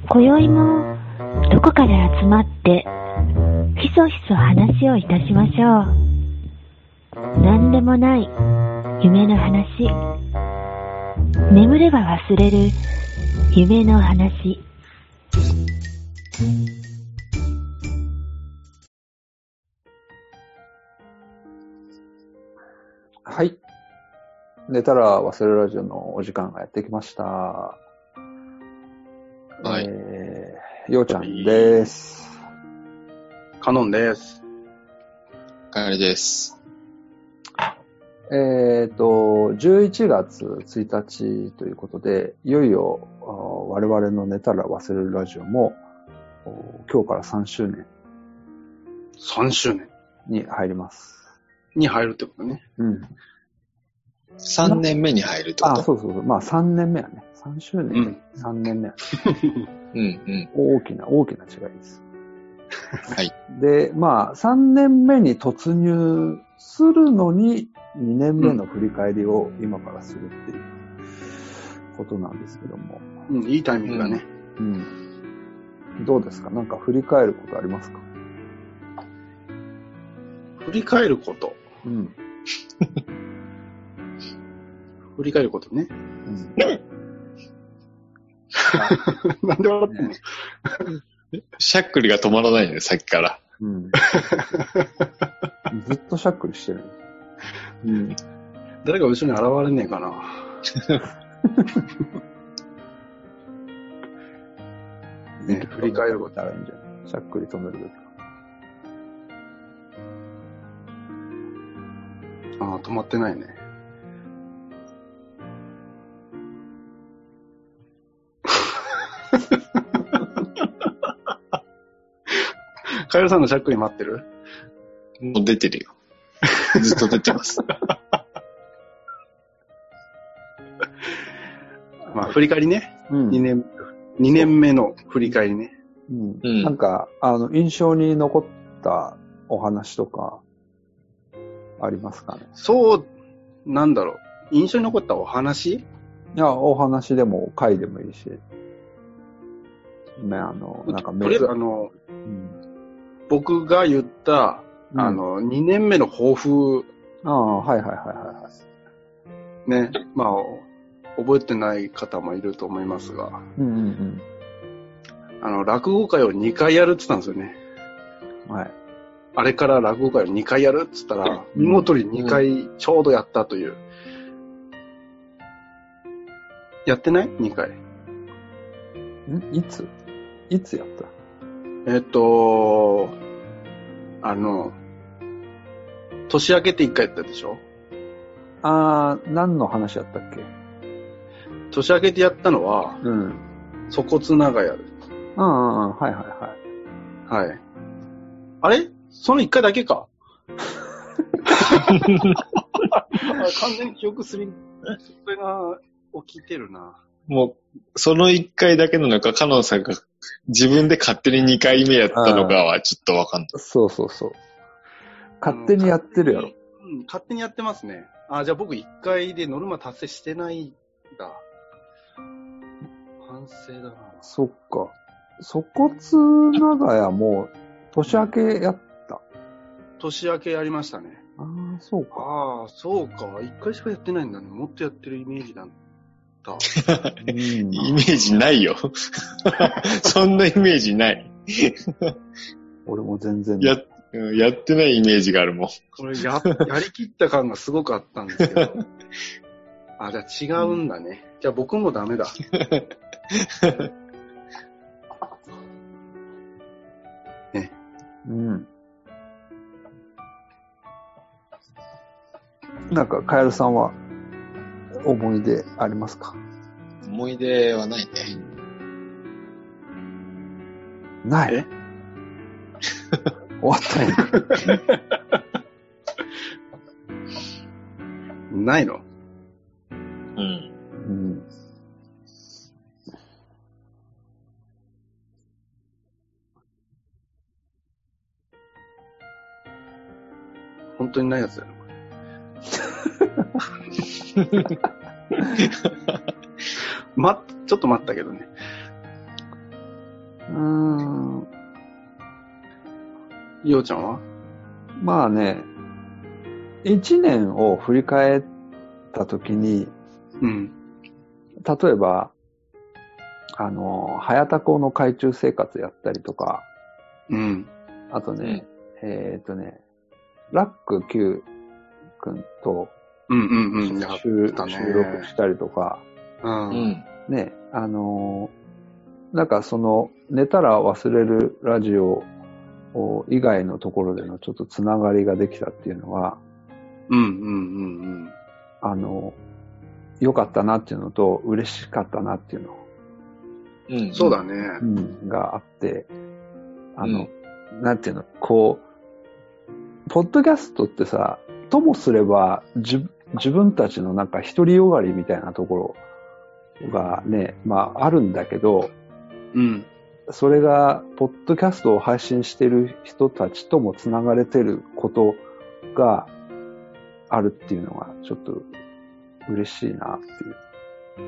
今宵もどこかで集まってひそひそ話をいたしましょう。何でもない夢の話、眠れば忘れる夢の話。 はい。寝たら忘れるラジオのお時間がやってきました。はい。ようちゃんです。 カノンです。 かやりです。 11月1日ということで、いよいよ我々の寝たら忘れるラジオも今日から3周年。 3周年に入ります。 に入るってことね。 うん。 3年目に入るってこと？ そう。まあ3年目やね。3周年、うん、3年目やね。 うんうん。 大きな違いです。 はい。 で、まあ3年目に突入するのに2年目の振り返りを今からするっていうことなんですけども。 うん、いいタイミングだね。 うん。どうですか？なんか振り返ることありますか？ 振り返ること。 うん。 振り返ることね。 うん、 なんで笑ってんの？ しゃっくりが止まらないね、さっきから。 うん、ずっとしゃっくりしてる。 うん。誰か後ろに現れねえかな。ね、振り返ることあるんじゃん。 しゃっくり止めるべきか。 止まってないね。カエルさんのしゃっくり待ってる？ もう出てるよ。ずっと出てます。 まあ、振り返りね。 うん、 2年目の振り返りね。 うん。なんか、印象に残ったお話とか、ありますかね？ そう、なんだろう。印象に残ったお話？ いや、お話でも回でもいいし。ね、なんかとりあえず僕が言った、2年目の抱負。ね、まあ、覚えてない方もいると思いますが。落語会を2回やるって言ったんですよね。 はい。 あれから落語会を2回やるって言ったら、見事に2回ちょうどやったという。やってない ?2 回。 いつやった？ 年明けて1回やったでしょ？ 何の話やったっけ？ 年明けてやったのは、粗骨長屋です。はい。あれ？その1回だけか？完全に記憶すり、それが起きてるな。 もう、その1回だけなのか、カノンさんが自分で勝手に2回目やったのかはちょっとわかんない。 そう。勝手にやってるやろ。 勝手にやってますね。じゃあ僕1回でノルマ達成してないんだ。反省だな。 そっか。粗骨長屋も年明けやった。 年明けやりましたね。 そうか。 そうか。1回しかやってないんだね。もっとやってるイメージだった。 イメージないよ。そんなイメージない。 俺も全然やってないイメージがあるもん。 これやりきった感がすごくあったんですけど。じゃあ違うんだね。じゃあ僕もダメだ。ね。 なんか、カエルさんは思い出ありますか？ 思い出はないね。 ない。終わったね。 ないの？本当にないやつだよ。ちょっと待ったけどね。 ようちゃんは？ まあね、1年を振り返ったときに、 うん。 例えば、早田校の海中生活やったりとか、 うん。 あとね、ラック Q 君とうんうんうん。やったね。 収録したりとか、 うん。 ね、なんかその、寝たら忘れるラジオ以外のところでのちょっとつながりができたっていうのは、 うんうんうんうん。 良かったなっていうのと、嬉しかったなっていうの、 うん。 そうだね。 があって、なんていうの、こう、ポッドキャストってさ、ともすれば自分たちのなんか独りよがりみたいなところがね、まああるんだけど、 うん。 それが、ポッドキャストを配信している人たちともつながれてることがあるっていうのが、ちょっと嬉しいなって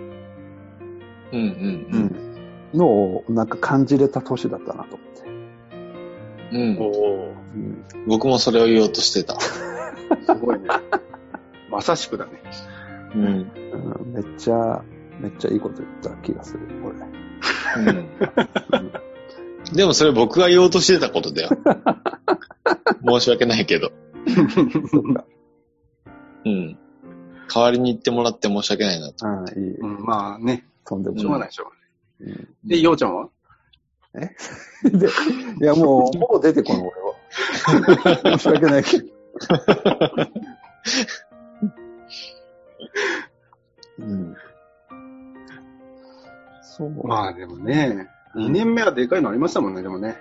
いうのを、なんか感じれた年だったなと思って。 僕もそれを言おうとしてた。 すごいね。まさしくだね。 めっちゃいいこと言った気がする、これ。 でもそれ僕が言おうとしてたことだよ。申し訳ないけど。 そうか。 代わりに言ってもらって申し訳ないなと。 いい。 まあね。 とんでもしょうがないでしょうがない。で、ようちゃんは？ いや、もう出てこない、俺は。申し訳ないけど。そう。 まあでもね、2年目はでかいのありましたもんね、でもね。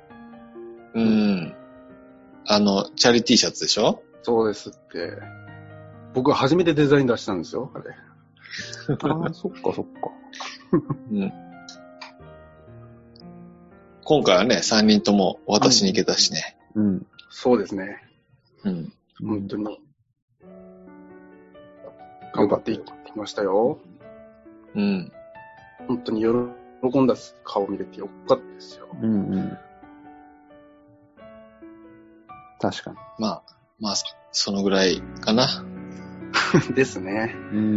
チャリ T シャツでしょ？ そうですって。僕は初めてデザイン出したんですよ、あれ。 そっか。 今回はね、3人とも渡しに行けたしね。 そうですね。本当に。頑張っていきましたよ。本当に喜んだ顔見れてよかったですよ。 確かに。 まあ、そのぐらいかな。 ですね。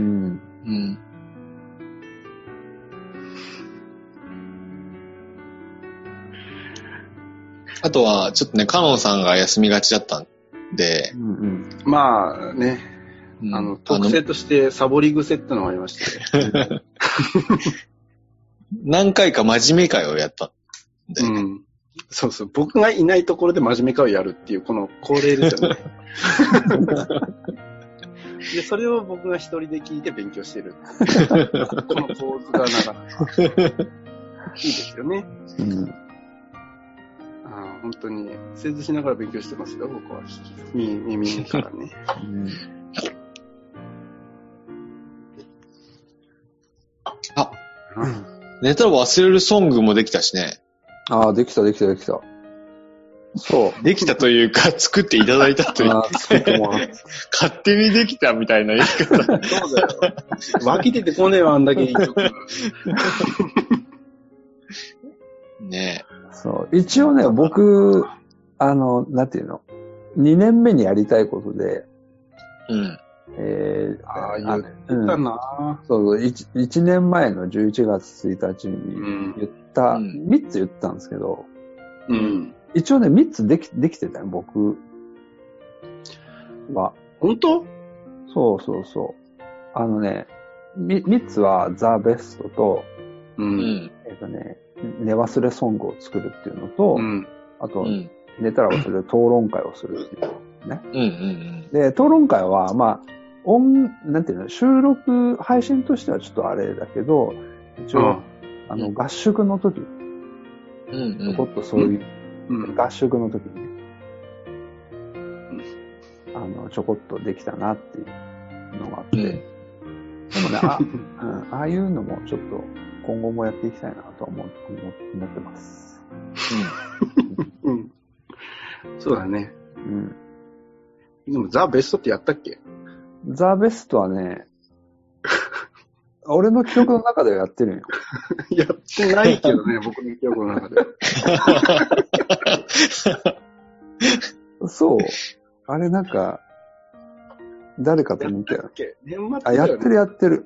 あとは、ちょっとね、カノンさんが休みがちだったんで、 まあね、特性としてサボり癖ってのがありまして。 何回か真面目会をやったんで。 そうそう。僕がいないところで真面目会をやるっていう、この恒例ですよね。で、それを僕が一人で聞いて勉強してる。この構図が長く。いいですよね。本当に、製図しながら勉強してますよ、僕は。耳からね。 寝たら忘れるソングもできたしね。 できた。そう。 できたというか、作っていただいたというか。 作ってもらった。 勝手にできたみたいな言い方。 そうだよ。湧き出てこねえわ、あんだけいい曲。 ねえ。 そう。一応ね、僕、なんていうの、2年目にやりたいことで、 言ったなそう、1年前の11月1日に言った、3つ言ったんですけど、一応ね、3つできてたよ、僕は。 本当？ そう。3つはザ・ベストと、寝忘れソングを作るっていうのと、あと、寝たら忘れる討論会をするっていうね。で、討論会は、まあ、なんていうの、収録、配信としてはちょっとあれだけど、一応、合宿の時、ちょこっとそういう、合宿の時にね、ちょこっとできたなっていうのがあって、でもね、ああいうのもちょっと今後もやっていきたいなと思ってます。 そうだね。でもザ・ベストってやったっけ？ ザ・ベストはね、 俺の記憶の中ではやってるんよ。 やってないけどね、僕の記憶の中で。 そう。あれなんか、誰かと見たよ。 年末あ、やってる。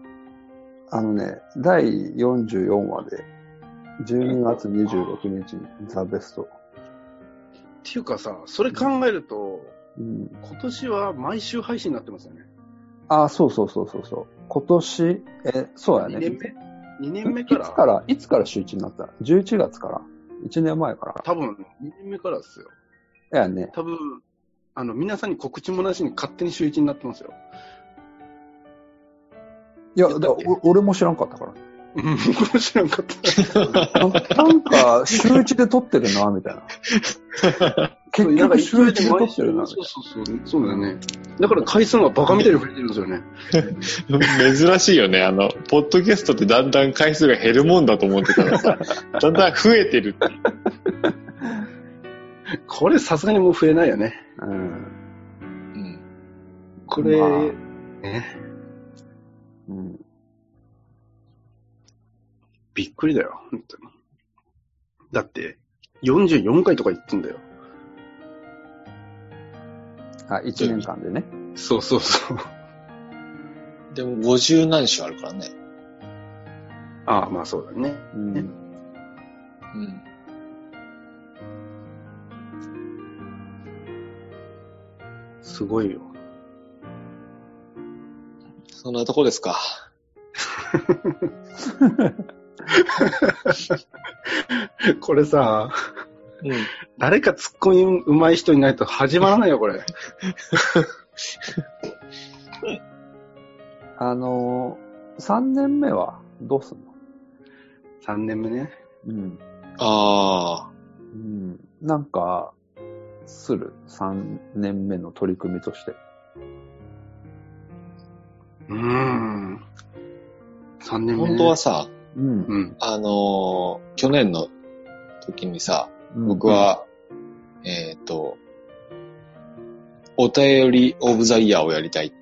第44話で、12月26日にザ・ベスト。 っていうかさ、それ考えると、今年は毎週配信になってますよね。 あ、そう。今年、そうやね。 2年目から。 いつから週1になった ?11 月から ?1 年前から。 多分、2年目からですよ。 いやね。 多分、皆さんに告知もなしに勝手に週1になってますよ。 いや、俺も知らんかったから。 僕も知らんかった。 なんか、週1で撮ってるな、みたいな。結局週1で撮ってるな。 そうだよね。だから回数がバカみたいに増えてるんですよね。 珍しいよね。ポッドキャストってだんだん回数が減るもんだと思ってたらさ、だんだん増えてるっていう。 これさすがにもう増えないよね。これ、びっくりだよ、本当に。だって、44回とか言ってんだよ。 あ、1年間でね。 そう。 でも50何種あるからね。 ああ、まあそうだね。すごいよ。 そんなとこですか。 これさ、誰かツッコミ上手い人いないと始まらないよ、これ。 3年目はどうすんの ?3 年目ね。 なんか、3年目の取り組みとして。 3年目、ね。 本当はさ、去年の時にさ、僕は、お便りオブザイヤーをやりたいって。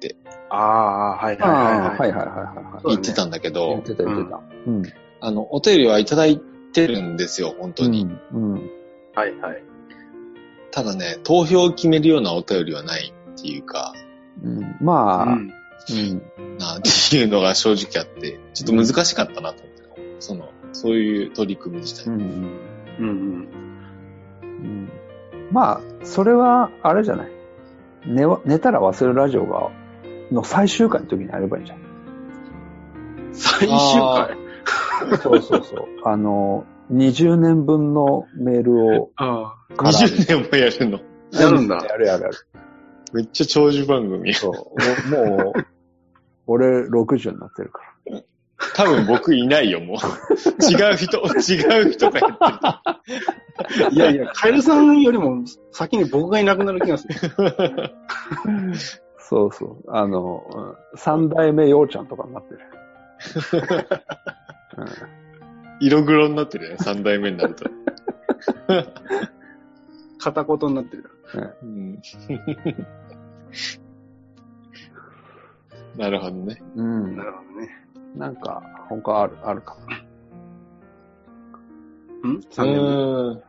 言ってたんだけど、 言ってた。 お便りはいただいてるんですよ、本当に。ただね、投票を決めるようなお便りはないっていうか、なんていうのが正直あって、ちょっと難しかったなと思って、そういう取り組み自体。 それは、あれじゃない。寝たら忘れるラジオの最終回の時にやればいいじゃん。 最終回そう。20年分のメールを。 20年もやるの？ やるんだ。 やる。 めっちゃ長寿番組。 そう。もう、俺60になってるから。 多分僕いないよ、もう。違う人がやってる。いや、カエルさんよりも先に僕がいなくなる気がする。 そう。3代目ようちゃんとかになってる。 色黒になってるね、3代目になると。 片言になってる。 なるほどね。 なるほどね。 なんか、他あるかな。3年目。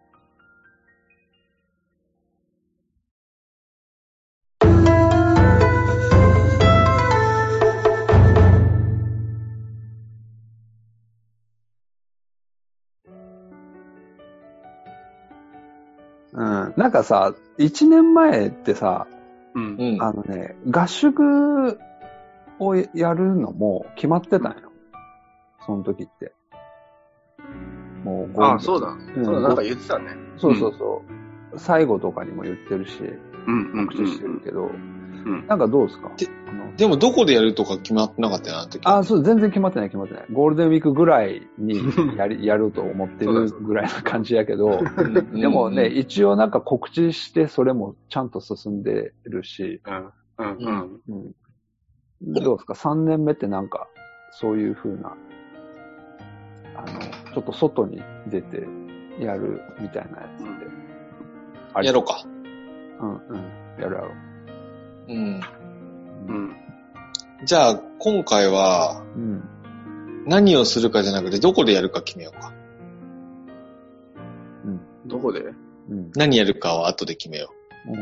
なんかさ、1年前ってさ、合宿をやるのも決まってたんよ。その時って。もうそうだ。なんか言ってたね。 そう。最後とかにも言ってるし、告知してるけど、なんかどうですか？ でもどこでやるとか決まってなかったよな、時。 そう、全然決まってない。ゴールデンウィークぐらいにやると思ってるぐらいな感じやけど、でもね、一応なんか告知してそれもちゃんと進んでるし、どうですか ?3 年目ってなんか、そういう風な、ちょっと外に出てやるみたいなやつって。 やろうか。 やろう。 じゃあ、今回は、何をするかじゃなくて、どこでやるか決めようか。 どこで？ 何やるかは後で決めよ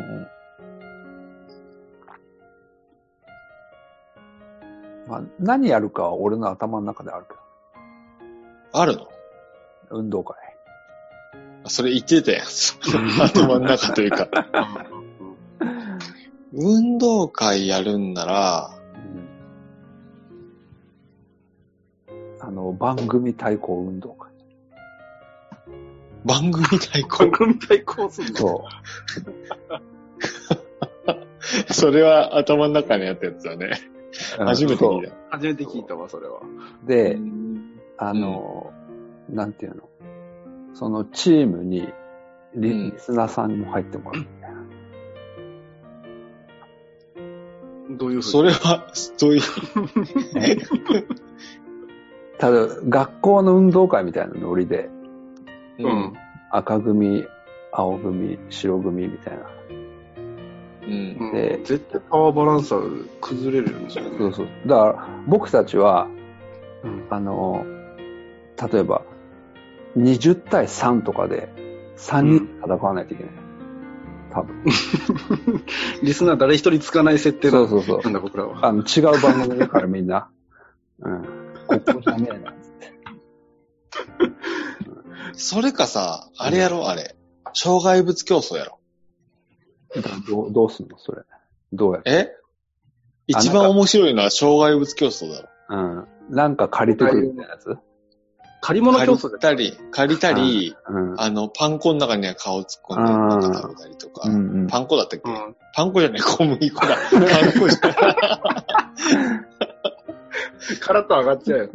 う。まあ、何やるかは俺の頭の中であるけど。 あるの？ 運動会。 それ言ってたやん。頭の中というか。運動会やるんなら、 番組対抗運動会。 番組対抗？ 番組対抗するの？ そう。 それは頭の中にあったやつだね。初めて聞いた。 初めて聞いたわ、それは。 で、なんていうの？そのチームにリスナーさんにも入ってもらうみたいな。 どういうふうに？ それは、どういうただ、学校の運動会みたいなノリで、赤組、青組、白組みたいな。 で、絶対パワーバランスは崩れるんですよね。 そうそう。だから、僕たちは、例えば、20対3とかで、3人戦わないといけない。多分。 リスナー誰一人つかない設定だ。 そう。 なんだ僕らは。 違う番組だからみんな。ここじゃねえな。 それかさ、あれやろ、あれ。障害物競争やろ。 どうすんのそれ。どうやって一番面白いのは障害物競争だろ。なんか借りてくるみたいなやつ？ 借り物競争借りたり、パン粉の中には顔突っ込んで食べたりとか、パン粉だったっけ？パン粉じゃない、小麦粉だ。パン粉じゃない。 カラッと上がっちゃうよ。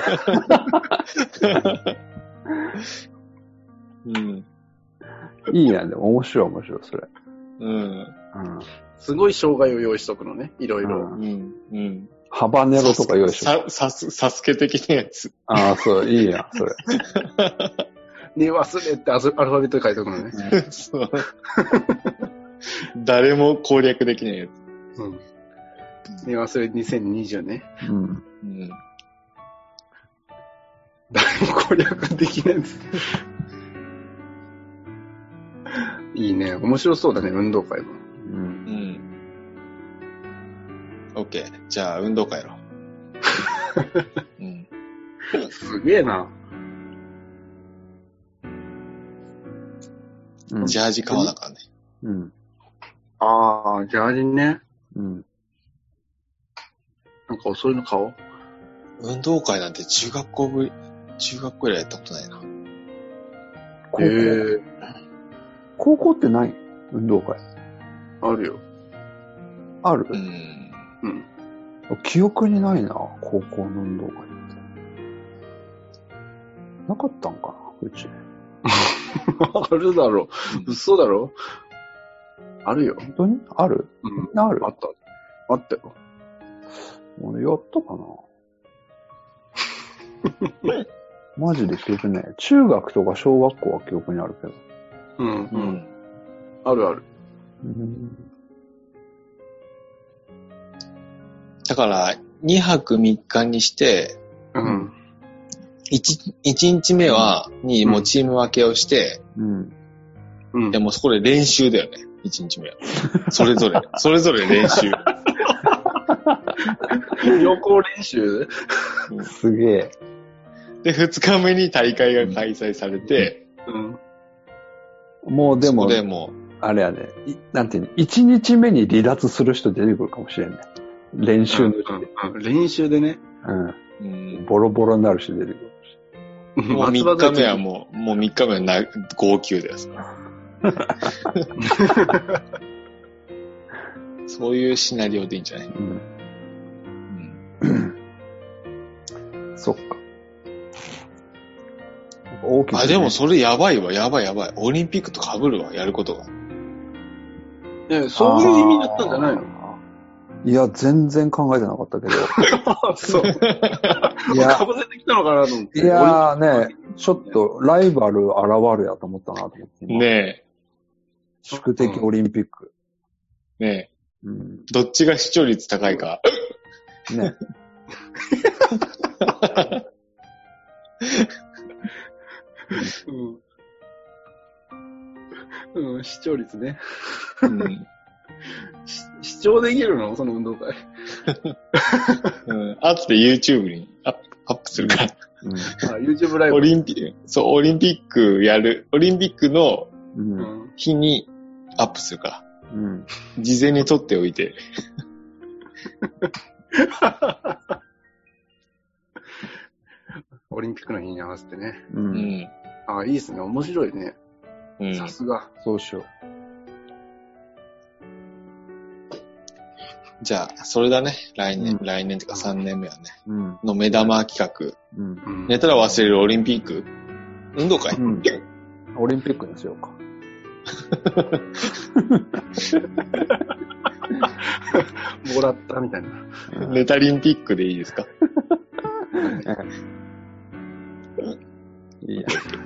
いいな、でも面白い、それ。 すごい障害を用意しとくのね、いろいろ。 ハバネロとか用意しとく。 サスケ的なやつ。 そう、いいや、それ。 ね忘れってアルファベットで書いておくのね。 そう。誰も攻略できないやつ。 ね忘れ2020ね。誰も攻略できないやつ。いいね。面白そうだね、運動会も。 オッケー。じゃあ、運動会やろう。 すげえな。 ジャージ買わなあかんね。 ああ、ジャージね。なんかそういうの買おう。 運動会なんて中学校ぐらいやったことないな。 高校ってない運動会。 あるよ。 ある？記憶にないな、高校の運動会って。なかったんかな、うち。 あるだろ。嘘だろ。あるよ。 本当にある？ある？ あったよ。 俺やったかなマジで記憶ね。中学とか小学校は記憶にあるけど。 あるある。 だから、2泊3日にして、1日目にもうチーム分けをして、でもそこで練習だよね、1日目は。それぞれ練習。 旅行練習すげえ。 で、2日目に大会が開催されて、 もうでも、あれやね、なんていうの、1日目に離脱する人出てくるかもしれんね。練習の練習でね。 ボロボロになる人出てくる。 もう3日目はもう3日目は号泣です。そういうシナリオでいいんじゃない？ そっか。大きな、 ね。でもそれやばいわ。オリンピックと被るわ、やることが。 そういう意味だったんじゃないの？ いや、全然考えてなかったけど。 そう。いや、かぶせてきたのかなと思って。 いやーね、ちょっとライバル現るやと思ったなと思って。 ねえ。 宿敵オリンピック。 ねえ。どっちが視聴率高いか。 ね。 うん、視聴率ね。うん、視聴できるのその運動会。 うん、後で YouTube にアップするから。 うん、YouTube ライブ。 オリンピックの日にアップするから。うん、事前に撮っておいて。 オリンピックの日に合わせてね。うん。いいですね。面白いね。さすが。 そうしよう。 じゃあ、それだね。来年というか3年目はね。の目玉企画。寝たら忘れるオリンピック運動会、 オリンピックにしようか。 もらったみたいな。 ネタリンピックでいいですか？ いいや。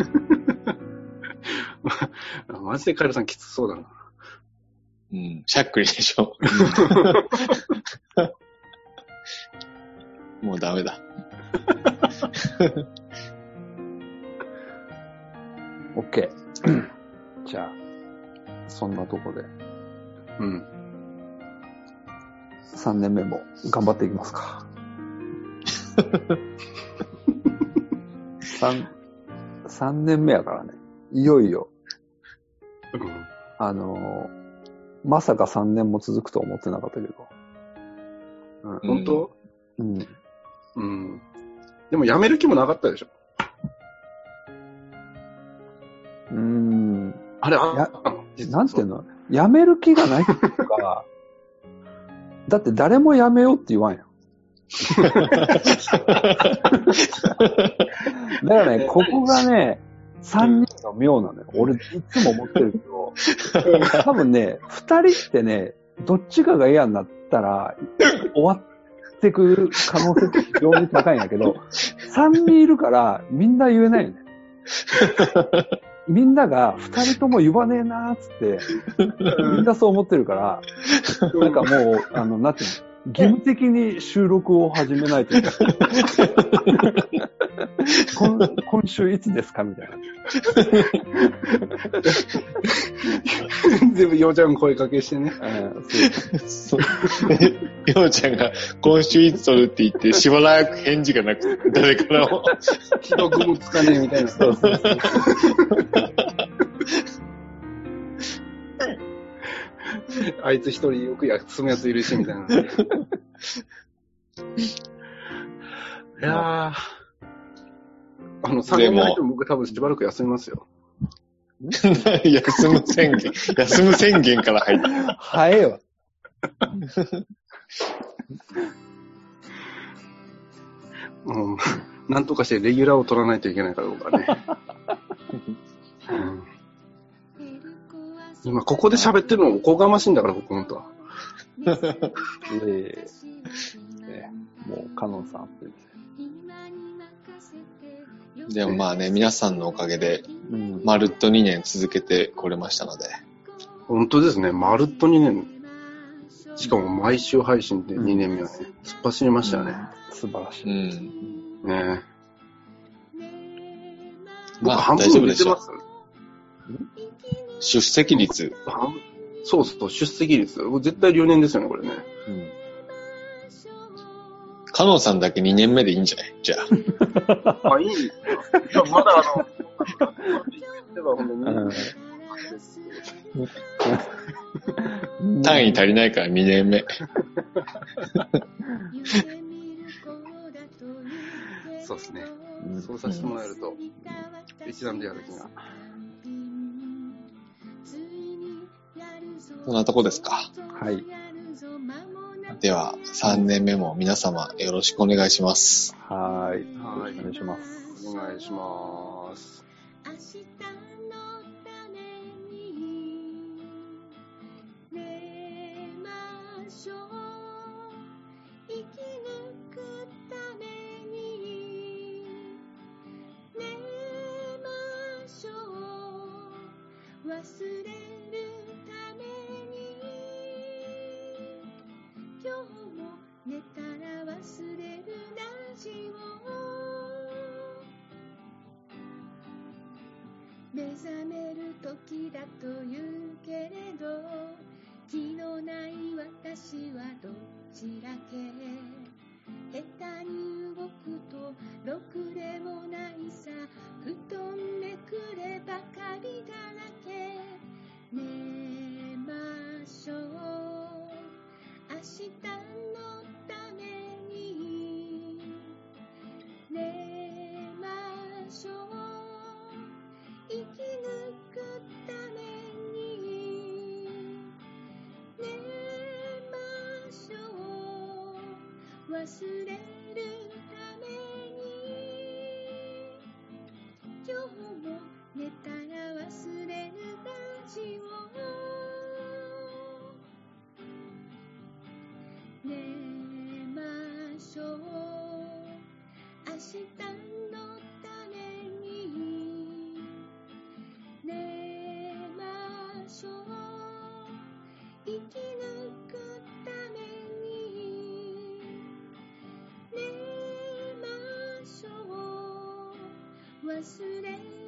マジでカエルさんきつそうだな。 うん、しゃっくりでしょ。もうダメだ。 OK。じゃあ、そんなとこで。うん。3年目も頑張っていきますか。3年目やからね。いよいよ。まさか3年も続くと思ってなかったけど。 本当？でも辞める気もなかったでしょ。あれ、 なんていうの？辞める気がないっていうか、だって誰も辞めようって言わんやん。だからね、ここがね、3人の妙なのよ。俺いつも思ってるけど、多分ね、2人ってね、どっちかが嫌になったら終わってく可能性って非常に高いんやけど、3人いるからみんな言えないよね。みんなが2人とも言わねえなーっつって、みんなそう思ってるから、なんかもう、なんていうの、義務的に収録を始めないといけない。今週いつですかみたいな。 全部、ようちゃん声かけしてね。 そう。ようちゃんが今週いつ撮るって言って、しばらく返事がなくて、誰からも。 既読もつかねえみたいな。そうそうそう。あいつ一人よく休むやついるし、みたいな。いやー、3年前でも僕多分しばらく休みますよ。 休む宣言から入った。 早いわ。 なんとかしてレギュラーを取らないといけないから僕はね。今ここで喋ってるのもおこがましいんだから僕本当は。 もうカノンさんでもまあね、皆さんのおかげで、まるっと2年続けてこれましたので。 本当ですね、まるっと2年。しかも毎週配信で2年目はね、突っ走りましたよね。 素晴らしい。 ねまあ、大丈夫でしょう。出席率。 そうそう、出席率。絶対留年ですよね、これね。 カノンさんだけ2年目でいいんじゃないじゃあ。 いいんですよ。まだ単位足りないから2年目。 そうですね。そうさせてもらえると、一段とやる気が。 そんなとこですか。 はい。 では、3年目も皆様よろしくお願いします。 はい。お願いします。 お願いします。寝たら忘目覚める時だと言うけれど、気のない私はどちらけ。下手に動くとろくでもないさ、布団めくればカビだらけ。寝ましょう、明日のために。寝ましょう、生き抜くために。寝ましょう、忘れるために。今日も寝たら忘れるラジオ。寝ましょう、明日のために。寝ましょう、生き抜くために。寝ましょう、忘れ